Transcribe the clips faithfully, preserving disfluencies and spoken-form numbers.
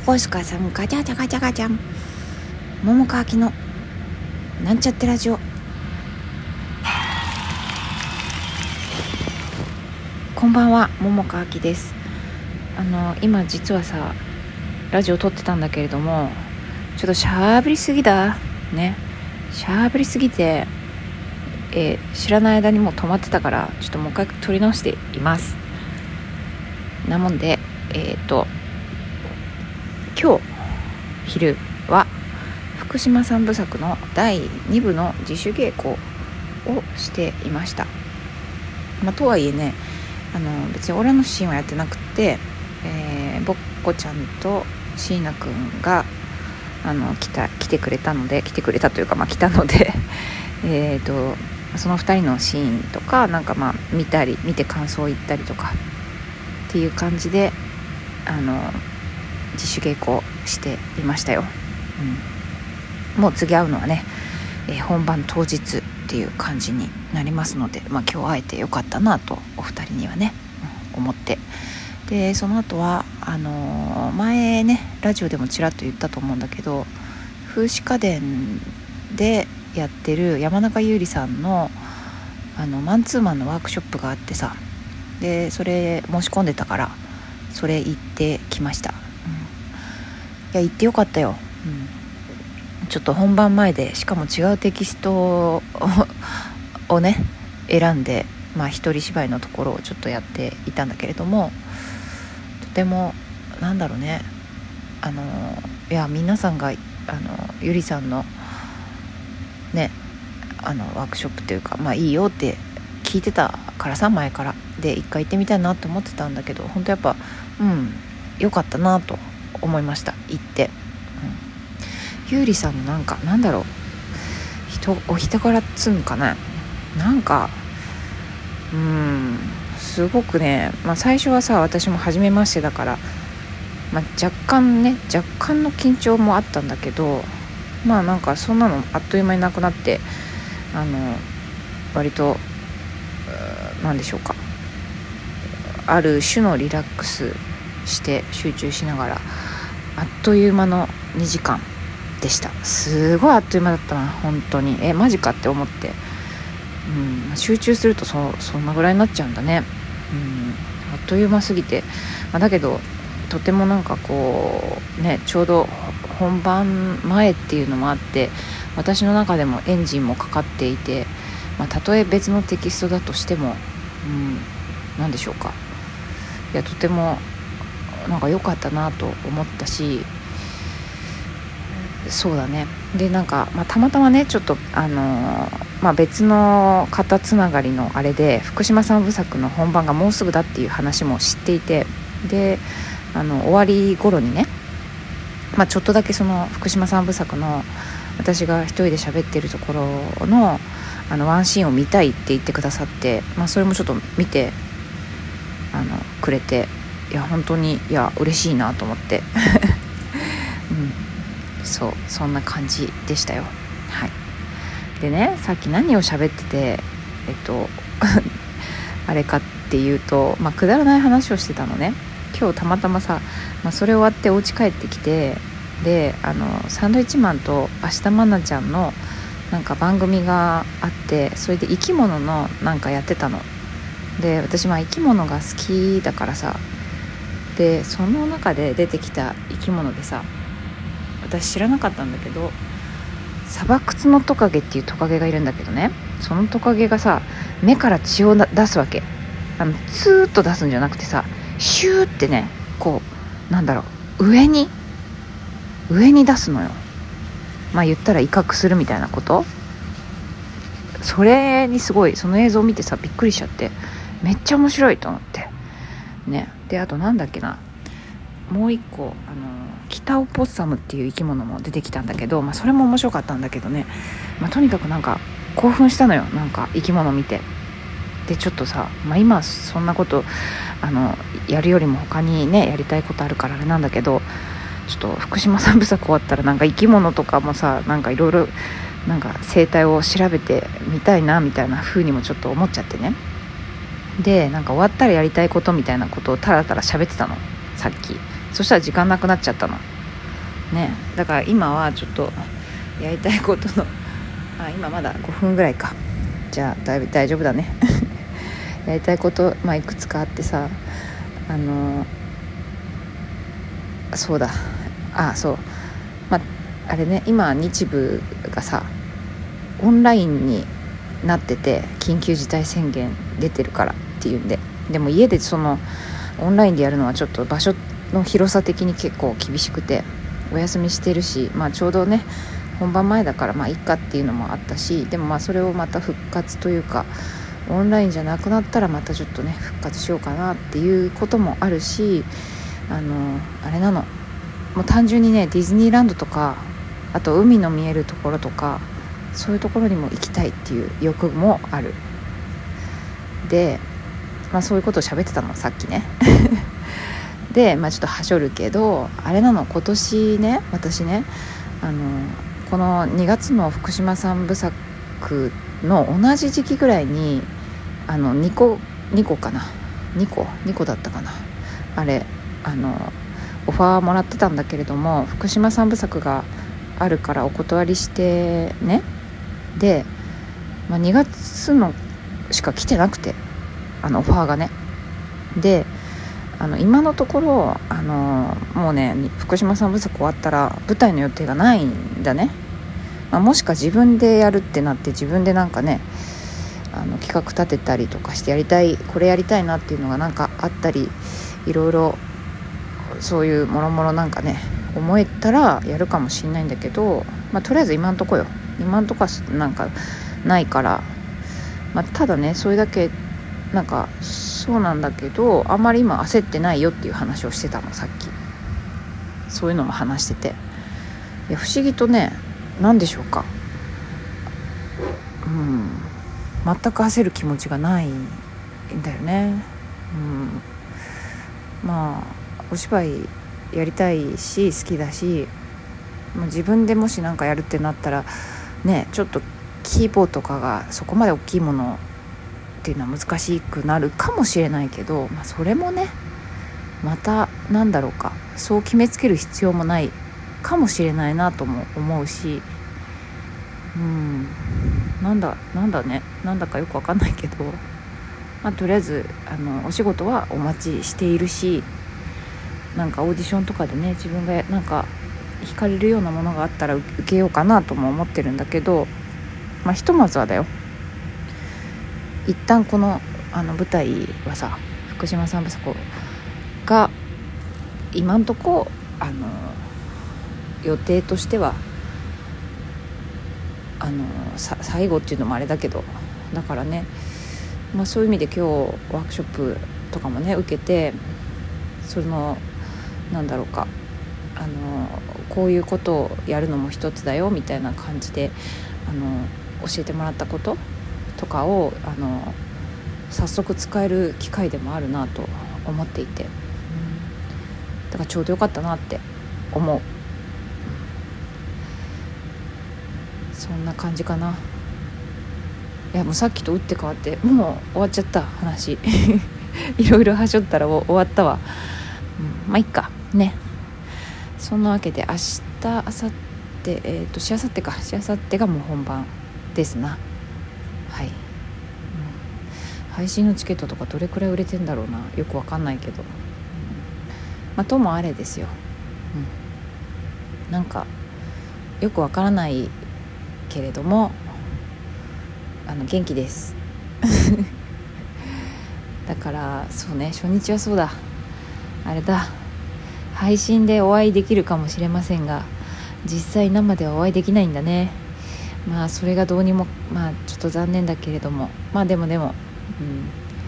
横須賀さんガチャガチャガチャガチャン桃川きのなんちゃってラジオ。こんばんは、桃川きです。あの今実はさラジオ撮ってたんだけれども、ちょっとしゃべりすぎだねしゃべりすぎて、えー、知らない間にもう止まってたから、ちょっともう一回撮り直していますなもんで、えーと今日昼は福島三部作のだいにぶの自主稽古をしていました。まあ、とはいえね、あの別に俺のシーンはやってなくて、えー、ぼっこちゃんと椎名くんがあの来た来てくれたので来てくれたというか、まあ、来たのでえーとそのふたりのシーンとかなんかまあ見たり見て感想を言ったりとかっていう感じであの自主稽古していましたよ、うん、もう次会うのはね、えー、本番当日っていう感じになりますので、まあ、今日会えてよかったなとお二人にはね、うん、思って、でその後はあのー、前ねラジオでもちらっと言ったと思うんだけど、風刺家電でやってる山中優里さんのあのマンツーマンのワークショップがあってさ、でそれ申し込んでたからそれ行ってきました。いや行ってよかったよ、うん、ちょっと本番前でしかも違うテキストをね選んで、まあ一人芝居のところをちょっとやっていたんだけれども、とてもなんだろうね、あのいや皆さんがあのゆりさんのねあのワークショップというか、まあいいよって聞いてたからさ、前からで一回行ってみたいなって思ってたんだけど、本当やっぱうん良かったなと思いました。行って、うん、ゆうりさんのなんかなんだろう人お人柄っつうんかな、なんかうーんすごくね、まあ、最初はさ私も初めましてだから、まあ、若干ね若干の緊張もあったんだけど、まあなんかそんなのあっという間になくなって、あの割となんでしょうか、ある種のリラックスして集中しながらあっという間のにじかんでした。すごいあっという間だったな本当に。えマジかって思って、うん、集中すると そ, そんなぐらいになっちゃうんだね、うん、あっという間すぎて、まあ、だけどとてもなんかこうねちょうど本番前っていうのもあって、私の中でもエンジンもかかっていて、まあ、たとえ別のテキストだとしても、うん、なんでしょうか、いやとてもなんか良かったなと思ったし、そうだね。でなんか、まあ、たまたまねちょっとあのーまあ、別の方つながりのあれで福島三部作の本番がもうすぐだっていう話も知っていて、であの終わり頃にね、まあ、ちょっとだけその福島三部作の私が一人で喋ってるところのあのワンシーンを見たいって言ってくださって、まあ、それもちょっと見てあのくれて、いや本当にいや嬉しいなと思って、うん、そうそんな感じでしたよ。はい。でねさっき何を喋っててえっとあれかっていうと、まあ、くだらない話をしてたのね。今日たまたまさ、まあ、それ終わってお家帰ってきて、であのサンドイッチマンと明日まなちゃんのなんか番組があって、それで生き物のなんかやってたので、私まあ生き物が好きだからさ、でその中で出てきた生き物でさ、私知らなかったんだけどサバクツノトカゲっていうトカゲがいるんだけどね、そのトカゲがさ目から血を出すわけ。あのツーッと出すんじゃなくてさ、シューってねこうなんだろう上に上に出すのよ。まあ言ったら威嚇するみたいなこと。それにすごいその映像を見てさびっくりしちゃって、めっちゃ面白いと思ってね。であとなんだっけな、もう一個あのキタオポッサムっていう生き物も出てきたんだけど、まあ、それも面白かったんだけどね、まあ、とにかくなんか興奮したのよ、なんか生き物見て。でちょっとさ、まあ、今そんなことあのやるよりも他にねやりたいことあるからあれなんだけど、ちょっと福島三部作終わったらなんか生き物とかもさなんかいろいろなんか生態を調べてみたいなみたいな風にもちょっと思っちゃってね。でなんか終わったらやりたいことみたいなことをタラタラ喋ってたのさっき。そしたら時間なくなっちゃったの。 ね。だから今はちょっとやりたいことのあ今まだごふんぐらいか。じゃあだいぶ大丈夫だねやりたいこと、まあ、いくつかあってさ、あのそうだあそうまああれね、今日舞がさオンラインになってて、緊急事態宣言出てるからっていうんで、でも家でそのオンラインでやるのはちょっと場所の広さ的に結構厳しくてお休みしてるし、まあちょうどね本番前だからまあいいかっていうのもあったし、でもまあそれをまた復活というかオンラインじゃなくなったらまたちょっとね復活しようかなっていうこともあるし、あのあれなのもう単純にねディズニーランドとか、あと海の見えるところとかそういうところにも行きたいっていう欲もある。で、まあ、そういうことを喋ってたのさっきねで、まあ、ちょっとはしょるけどあれなの、今年ね私ねあのこのにがつの福島三部作の同じ時期ぐらいにあの2個2個かな2個2個だったかなあれあのオファーもらってたんだけれども、福島三部作があるからお断りしてね。で、まあ、にがつのしか来てなくて、あのオファーがね。であの今のところあのもうね福島三部作終わったら舞台の予定がないんだね。まあ、もしか自分でやるってなって自分でなんかねあの企画立てたりとかしてやりたいこれやりたいなっていうのがなんかあったり、いろいろそういうもろもろなんかね思えたらやるかもしれないんだけど、まあ、とりあえず今んとこよ今んとこはなんかないから、まあ、ただねそれだけなんかそうなんだけどあんまり今焦ってないよっていう話をしてたのさっき。そういうのも話してて、いや不思議とねなんでしょうか、うん全く焦る気持ちがないんだよね。うんまあお芝居やりたいし好きだし、もう自分でもし何かやるってなったらねちょっと規模とかがそこまで大きいものっていうのは難しくなるかもしれないけど、まあ、それもねまたなんだろうか、そう決めつける必要もないかもしれないなとも思うし、うんなんだなんだねなんだかよくわかんないけど、まあ、とりあえずあのお仕事はお待ちしているし、なんかオーディションとかでね自分がなんか惹かれるようなものがあったら受けようかなとも思ってるんだけど、まあひとまずはだよ一旦このあの舞台はさ福島三部作が今んとこあの予定としてはあのさ最後っていうのもあれだけど、だからね、まあ、そういう意味で今日ワークショップとかもね受けて、そのなんだろうかあのこういうことをやるのも一つだよみたいな感じであの教えてもらったこととかをあの早速使える機会でもあるなと思っていて、だからちょうどよかったなって思う。そんな感じかな。いやもうさっきと打って変わってもう終わっちゃった話いろいろはしょったら終わったわ、うん、まあいっかね。そんなわけで明日明後日えっ、ー、としあさってかしあさってがもう本番ですな。はい、うん、配信のチケットとかどれくらい売れてんだろうな、よくわかんないけど、うん、まあともあれですよ、うん、なんかよくわからないけれどもあの元気ですだからそうね、初日はそうだあれだ配信でお会いできるかもしれませんが実際生ではお会いできないんだね。まあそれがどうにもまあちょっと残念だけれども、まあでもでも、うん、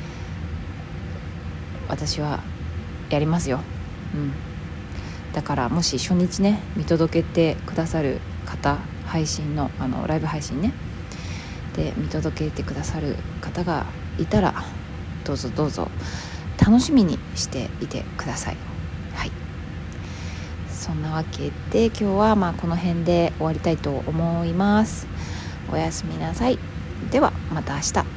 私はやりますよ、うん、だからもし初日ね見届けてくださる方、配信のあのライブ配信ねで見届けてくださる方がいたらどうぞどうぞ楽しみにしていてください。はい、そんなわけで今日はまあこの辺で終わりたいと思います。おやすみなさい。ではまた明日。